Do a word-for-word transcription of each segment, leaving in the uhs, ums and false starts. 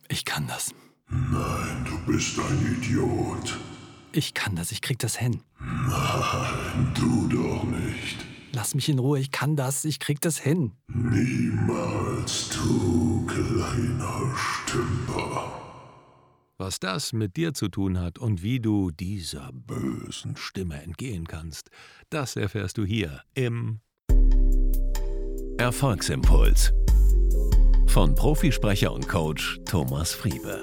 Ich kann das. Nein, du bist ein Idiot. Ich kann das, ich krieg das hin. Nein, du doch nicht. Lass mich in Ruhe, ich kann das, ich krieg das hin. Niemals, du kleiner Stümper. Was das mit dir zu tun hat und wie du dieser bösen Stimme entgehen kannst, das erfährst du hier im Erfolgsimpuls von Profisprecher und Coach Thomas Friebe.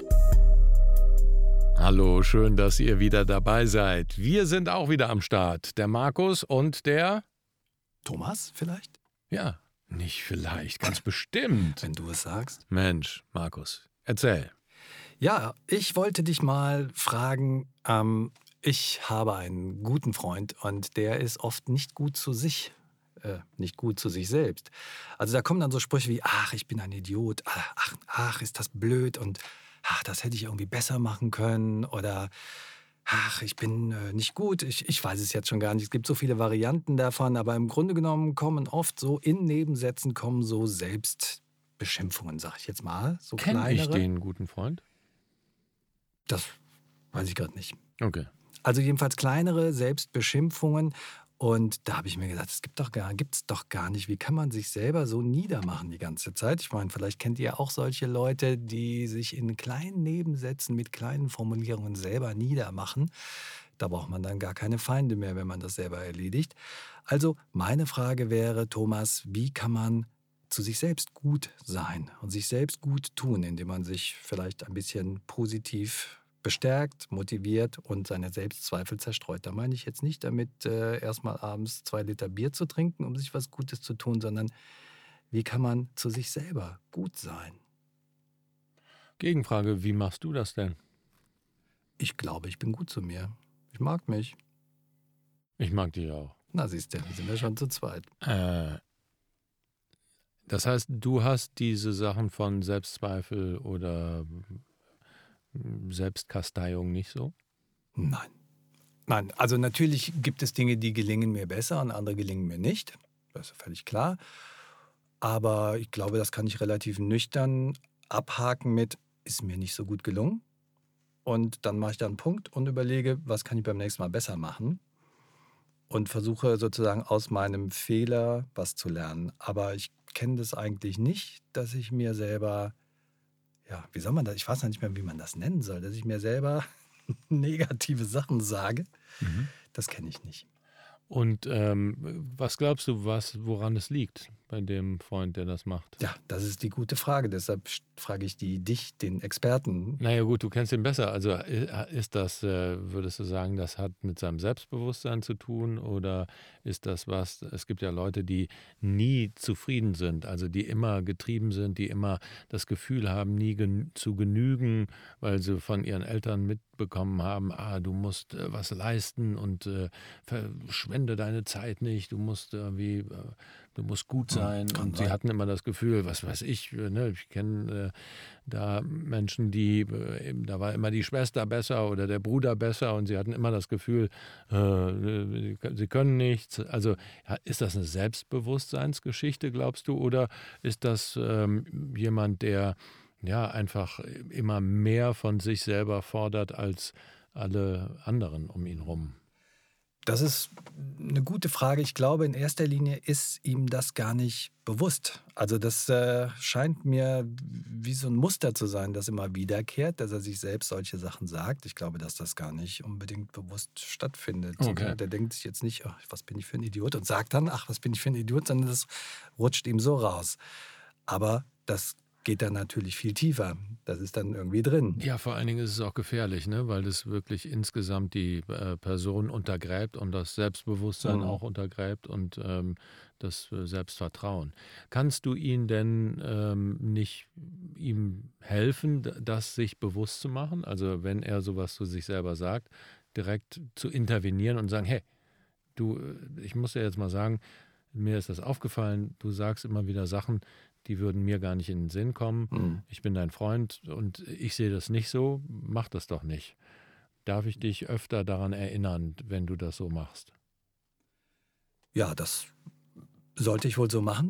Hallo, schön, dass ihr wieder dabei seid. Wir sind auch wieder am Start. Der Markus und der... Thomas vielleicht? Ja, nicht vielleicht, ganz bestimmt. Wenn du es sagst. Mensch, Markus, erzähl. Ja, ich wollte dich mal fragen, ähm, ich habe einen guten Freund und der ist oft nicht gut zu sich, äh, nicht gut zu sich selbst. Also da kommen dann so Sprüche wie, ach, ich bin ein Idiot, ach, ach, ist das blöd und ach, das hätte ich irgendwie besser machen können oder ach, ich bin äh, nicht gut, ich, ich weiß es jetzt schon gar nicht. Es gibt so viele Varianten davon, aber im Grunde genommen kommen oft so in Nebensätzen kommen so Selbstbeschimpfungen, sag ich jetzt mal, so Kenn kleinere. ich den guten Freund? Das weiß ich gerade nicht. Okay. Also jedenfalls kleinere Selbstbeschimpfungen. Und da habe ich mir gedacht, das gibt doch gar, gibt's doch gar nicht. Wie kann man sich selber so niedermachen die ganze Zeit? Ich meine, vielleicht kennt ihr auch solche Leute, die sich in kleinen Nebensätzen mit kleinen Formulierungen selber niedermachen. Da braucht man dann gar keine Feinde mehr, wenn man das selber erledigt. Also meine Frage wäre, Thomas, wie kann man zu sich selbst gut sein und sich selbst gut tun, indem man sich vielleicht ein bisschen positiv bestärkt, motiviert und seine Selbstzweifel zerstreut. Da meine ich jetzt nicht damit, äh, erstmal abends zwei Liter Bier zu trinken, um sich was Gutes zu tun, sondern wie kann man zu sich selber gut sein? Gegenfrage, wie machst du das denn? Ich glaube, ich bin gut zu mir. Ich mag mich. Ich mag dich auch. Na, siehst du, sind wir schon zu zweit. Äh, das heißt, du hast diese Sachen von Selbstzweifel oder Selbstkasteiung nicht so? Nein. Nein, also natürlich gibt es Dinge, die gelingen mir besser und andere gelingen mir nicht. Das ist völlig klar. Aber ich glaube, das kann ich relativ nüchtern abhaken mit, ist mir nicht so gut gelungen. Und dann mache ich da einen Punkt und überlege, was kann ich beim nächsten Mal besser machen. Und versuche sozusagen aus meinem Fehler was zu lernen. Aber ich kenne das eigentlich nicht, dass ich mir selber, ja, wie soll man das, ich weiß noch nicht mehr, wie man das nennen soll, dass ich mir selber negative Sachen sage. Mhm. Das kenne ich nicht. Und ähm, was glaubst du, was, woran es liegt bei dem Freund, der das macht? Ja, das ist die gute Frage. Deshalb frage ich die, dich, den Experten. Naja gut, du kennst ihn besser. Also ist das, äh, würdest du sagen, das hat mit seinem Selbstbewusstsein zu tun oder ist das was, es gibt ja Leute, die nie zufrieden sind, also die immer getrieben sind, die immer das Gefühl haben, nie gen- zu genügen, weil sie von ihren Eltern mitbekommen haben, ah, du musst äh, was leisten und äh, verschwende deine Zeit nicht, du musst irgendwie, äh, du musst gut sein. Kann Und sie sein. hatten immer das Gefühl, was weiß ich, äh, ne, ich kenne äh, da Menschen, die, äh, eben, da war immer die Schwester besser oder der Bruder besser und sie hatten immer das Gefühl, äh, sie können nichts. Also ja, ist das eine Selbstbewusstseinsgeschichte, glaubst du, oder ist das ähm, jemand, der ja einfach immer mehr von sich selber fordert als alle anderen um ihn rum? Das ist eine gute Frage. Ich glaube, in erster Linie ist ihm das gar nicht bewusst. Also das äh, scheint mir wie so ein Muster zu sein, das immer wiederkehrt, dass er sich selbst solche Sachen sagt. Ich glaube, dass das gar nicht unbedingt bewusst stattfindet. Okay. Der denkt sich jetzt nicht, ach, was bin ich für ein Idiot und sagt dann, ach, was bin ich für ein Idiot, sondern das rutscht ihm so raus. Aber das geht dann natürlich viel tiefer. Das ist dann irgendwie drin. Ja, vor allen Dingen ist es auch gefährlich, ne? Weil das wirklich insgesamt die äh, Person untergräbt und das Selbstbewusstsein Mhm. auch untergräbt und ähm, das äh, Selbstvertrauen. Kannst du ihn denn ähm, nicht ihm helfen, d- das sich bewusst zu machen? Also wenn er sowas zu sich selber sagt, direkt zu intervenieren und sagen, hey, du, äh, ich muss dir jetzt mal sagen, mir ist das aufgefallen, du sagst immer wieder Sachen, die würden mir gar nicht in den Sinn kommen. Mhm. Ich bin dein Freund und ich sehe das nicht so, mach das doch nicht. Darf ich dich öfter daran erinnern, wenn du das so machst? Ja, das sollte ich wohl so machen.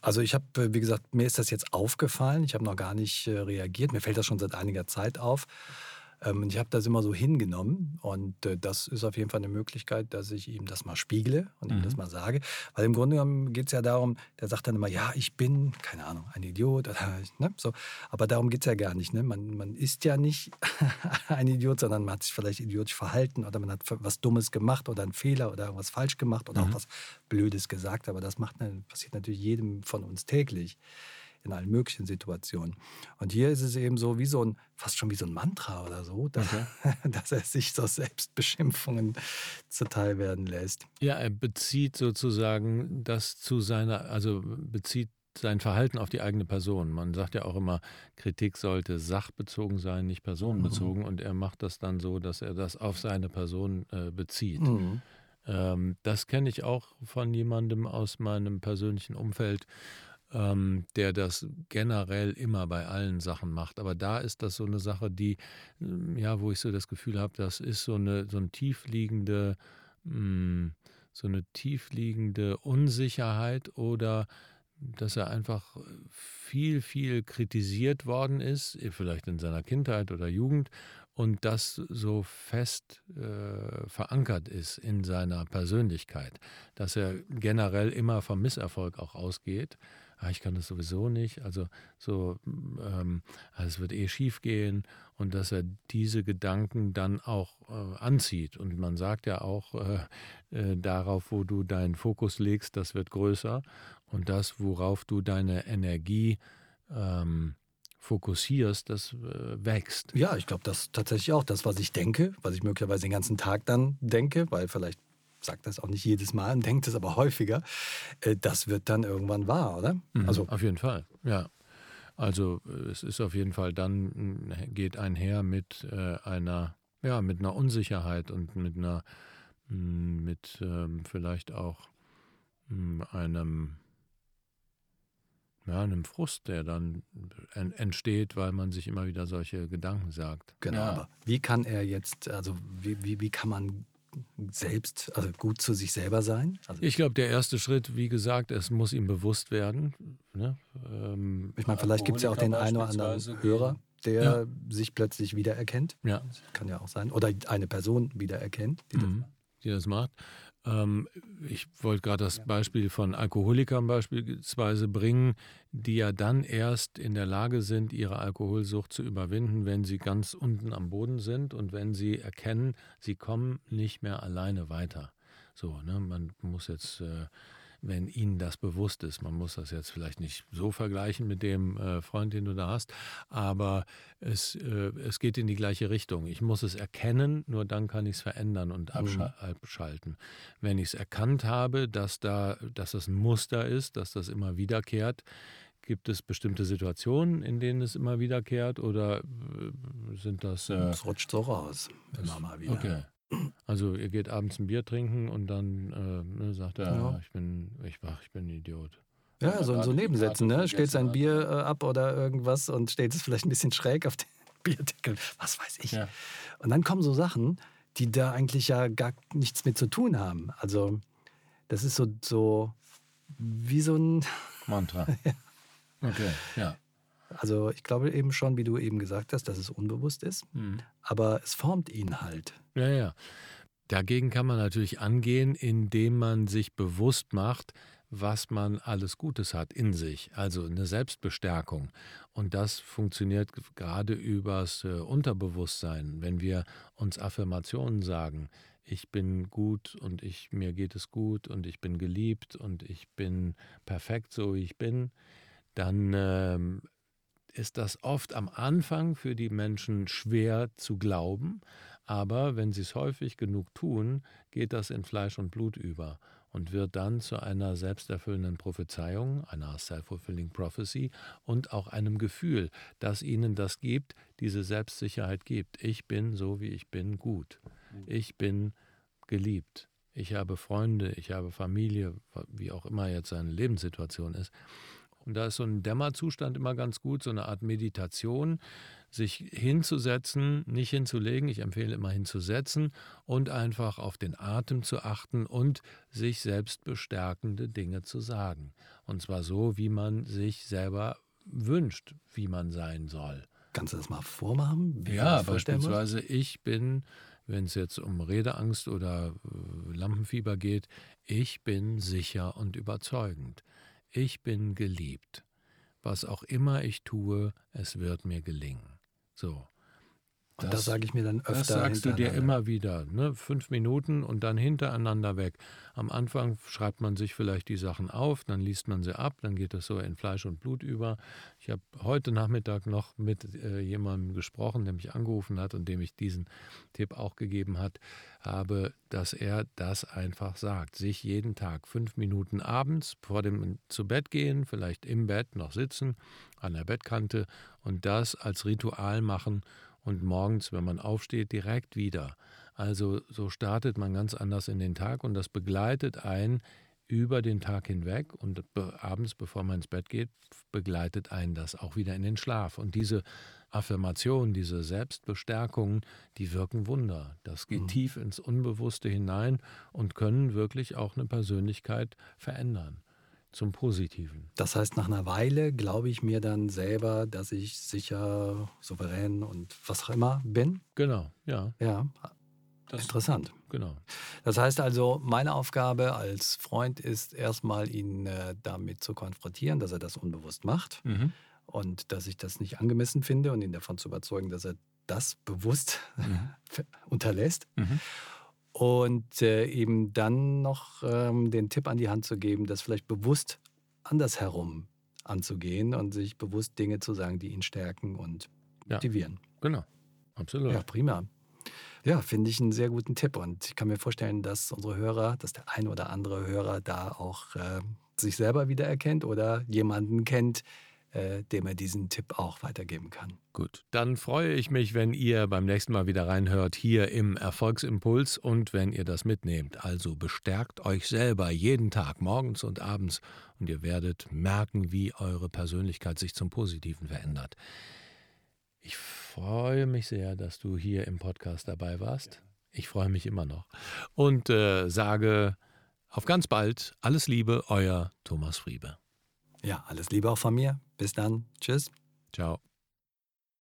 Also ich habe, wie gesagt, mir ist das jetzt aufgefallen. Ich habe noch gar nicht äh, reagiert. Mir fällt das schon seit einiger Zeit auf. Ähm, ich habe das immer so hingenommen. Und äh, das ist auf jeden Fall eine Möglichkeit, dass ich ihm das mal spiegle und ihm das Mhm. mal sage. Weil im Grunde genommen geht es ja darum, der sagt dann immer, ja, ich bin, keine Ahnung, ein Idiot. Oder, ne, so. Aber darum geht es ja gar nicht. Ne? Man, man ist ja nicht ein Idiot, sondern man hat sich vielleicht idiotisch verhalten oder man hat was Dummes gemacht oder einen Fehler oder irgendwas falsch gemacht oder auch Mhm. was Blödes gesagt. Aber das macht, passiert natürlich jedem von uns täglich in allen möglichen Situationen. Und hier ist es eben so wie so ein, fast schon wie so ein Mantra oder so, dass, Okay. dass er sich so Selbstbeschimpfungen zuteil werden lässt. Ja, er bezieht sozusagen das zu seiner, also bezieht sein Verhalten auf die eigene Person. Man sagt ja auch immer, Kritik sollte sachbezogen sein, nicht personenbezogen. Und er macht das dann so, dass er das auf seine Person äh, bezieht. Mhm. Ähm, das kenne ich auch von jemandem aus meinem persönlichen Umfeld, ähm, der das generell immer bei allen Sachen macht. Aber da ist das so eine Sache, die, ähm, ja, wo ich so das Gefühl habe, das ist so eine, so ein tiefliegende, mh, so eine tiefliegende Unsicherheit oder dass er einfach viel, viel kritisiert worden ist, vielleicht in seiner Kindheit oder Jugend, und das so fest äh, verankert ist in seiner Persönlichkeit, dass er generell immer vom Misserfolg auch ausgeht. Ah, ich kann das sowieso nicht, also so, ähm, also es wird eh schief gehen, und dass er diese Gedanken dann auch äh, anzieht. Und man sagt ja auch, äh, äh, darauf, wo du deinen Fokus legst, das wird größer. Und das, worauf du deine Energie ähm, fokussierst, das äh, wächst. Ja, ich glaube, das tatsächlich auch. Das, was ich denke, was ich möglicherweise den ganzen Tag dann denke, weil vielleicht sagt das auch nicht jedes Mal und denkt es aber häufiger, äh, das wird dann irgendwann wahr, oder? Mhm, Also, auf jeden Fall, ja. Also äh, es ist auf jeden Fall dann, mh, geht einher mit äh, einer, ja, mit einer Unsicherheit und mit einer, mh, mit ähm, vielleicht auch mh, einem, ja, einem Frust, der dann en- entsteht, weil man sich immer wieder solche Gedanken sagt. genau, Ja. aber wie kann er jetzt, also wie, wie, wie kann man selbst, also gut zu sich selber sein? Also, Ich glaube, der erste Schritt, wie gesagt, es muss ihm bewusst werden. Ne? Ähm, ich meine, vielleicht gibt es ja auch den einen oder anderen Hörer, der Ja. sich plötzlich wiedererkennt. ja, Kann ja auch sein. Oder eine Person wiedererkennt, die das mhm, die das macht. Ähm, ich wollte gerade das Beispiel von Alkoholikern beispielsweise bringen, die ja dann erst in der Lage sind, ihre Alkoholsucht zu überwinden, wenn sie ganz unten am Boden sind und wenn sie erkennen, sie kommen nicht mehr alleine weiter. So, ne? Man muss jetzt, äh, wenn ihnen das bewusst ist, man muss das jetzt vielleicht nicht so vergleichen mit dem äh, Freund, den du da hast, aber es, äh, es geht in die gleiche Richtung. Ich muss es erkennen, nur dann kann ich es verändern und abschal- abschalten. Wenn ich es erkannt habe, dass da, dass das ein Muster ist, dass das immer wiederkehrt, gibt es bestimmte Situationen, in denen es immer wiederkehrt, oder äh, sind das... Äh, Es rutscht so raus, immer mal wieder. okay. Also ihr geht abends ein Bier trinken und dann äh, ne, sagt er, Ja. ja. ich bin ich wach, ich bin ein Idiot. Ja, so in so Nebensätzen, ne? Stellt sein Bier äh, ab oder irgendwas und stellt es vielleicht ein bisschen schräg auf den Bierdeckel. Was weiß ich. Ja. Und dann kommen so Sachen, die da eigentlich ja gar nichts mit zu tun haben. Also, das ist so, so wie so ein. Mantra. Okay, ja. Also, ich glaube eben schon, wie du eben gesagt hast, dass es unbewusst ist. Mhm. Aber es formt ihn halt. Ja, ja. Dagegen kann man natürlich angehen, indem man sich bewusst macht, was man alles Gutes hat in sich, also eine Selbstbestärkung. Und das funktioniert g- gerade übers äh, Unterbewusstsein, wenn wir uns Affirmationen sagen. Ich bin gut und ich, mir geht es gut und ich bin geliebt und ich bin perfekt, so wie ich bin, dann ähm, ist das oft am Anfang für die Menschen schwer zu glauben, aber wenn sie es häufig genug tun, geht das in Fleisch und Blut über und wird dann zu einer selbsterfüllenden Prophezeiung, einer self-fulfilling prophecy und auch einem Gefühl, das ihnen das gibt, diese Selbstsicherheit gibt. Ich bin so, wie ich bin, gut. Ich bin geliebt. Ich habe Freunde, ich habe Familie, wie auch immer jetzt seine Lebenssituation ist. Und da ist so ein Dämmerzustand immer ganz gut, so eine Art Meditation, sich hinzusetzen, nicht hinzulegen, ich empfehle immer hinzusetzen und einfach auf den Atem zu achten und sich selbst bestärkende Dinge zu sagen. Und zwar so, wie man sich selber wünscht, wie man sein soll. Kannst du das mal vormachen? Wie Ja, das vorstellen muss? beispielsweise, ich bin, wenn es jetzt um Redeangst oder äh, Lampenfieber geht, ich bin sicher und überzeugend. Ich bin geliebt. Was auch immer ich tue, es wird mir gelingen. So. Und das sage ich mir dann öfter Das sagst du dir hintereinander. immer wieder, ne? Fünf Minuten und dann hintereinander weg. Am Anfang schreibt man sich vielleicht die Sachen auf, dann liest man sie ab, dann geht das so in Fleisch und Blut über. Ich habe heute Nachmittag noch mit äh, jemandem gesprochen, der mich angerufen hat und dem ich diesen Tipp auch gegeben hat, habe, dass er das einfach sagt. Sich jeden Tag fünf Minuten abends vor dem zu Bett gehen, vielleicht im Bett noch sitzen, an der Bettkante und das als Ritual machen. Und morgens, wenn man aufsteht, direkt wieder. Also so startet man ganz anders in den Tag und das begleitet einen über den Tag hinweg und be- abends, bevor man ins Bett geht, begleitet einen das auch wieder in den Schlaf. Und diese Affirmationen, diese Selbstbestärkungen, die wirken Wunder. Das geht Mhm. tief ins Unbewusste hinein und können wirklich auch eine Persönlichkeit verändern. Zum Positiven. Das heißt, nach einer Weile glaube ich mir dann selber, dass ich sicher, souverän und was auch immer bin. Genau, ja. Ja, Das, interessant. genau. Das heißt also, meine Aufgabe als Freund ist erstmal, ihn äh, damit zu konfrontieren, dass er das unbewusst macht Mhm. und dass ich das nicht angemessen finde und ihn davon zu überzeugen, dass er das bewusst Mhm. unterlässt. Mhm. Und äh, eben dann noch ähm, den Tipp an die Hand zu geben, das vielleicht bewusst andersherum anzugehen und sich bewusst Dinge zu sagen, die ihn stärken und Ja. motivieren. Genau, absolut. Ja, prima. Ja, finde ich einen sehr guten Tipp. Und ich kann mir vorstellen, dass unsere Hörer, dass der ein oder andere Hörer da auch äh, sich selber wiedererkennt oder jemanden kennt, äh, dem er diesen Tipp auch weitergeben kann. Gut, dann freue ich mich, wenn ihr beim nächsten Mal wieder reinhört hier im Erfolgsimpuls und wenn ihr das mitnehmt. Also bestärkt euch selber jeden Tag, morgens und abends und ihr werdet merken, wie eure Persönlichkeit sich zum Positiven verändert. Ich freue mich sehr, dass du hier im Podcast dabei warst. Ich freue mich immer noch und äh, sage auf ganz bald, alles Liebe, euer Thomas Friebe. Ja, alles Liebe auch von mir. Bis dann. Tschüss. Ciao.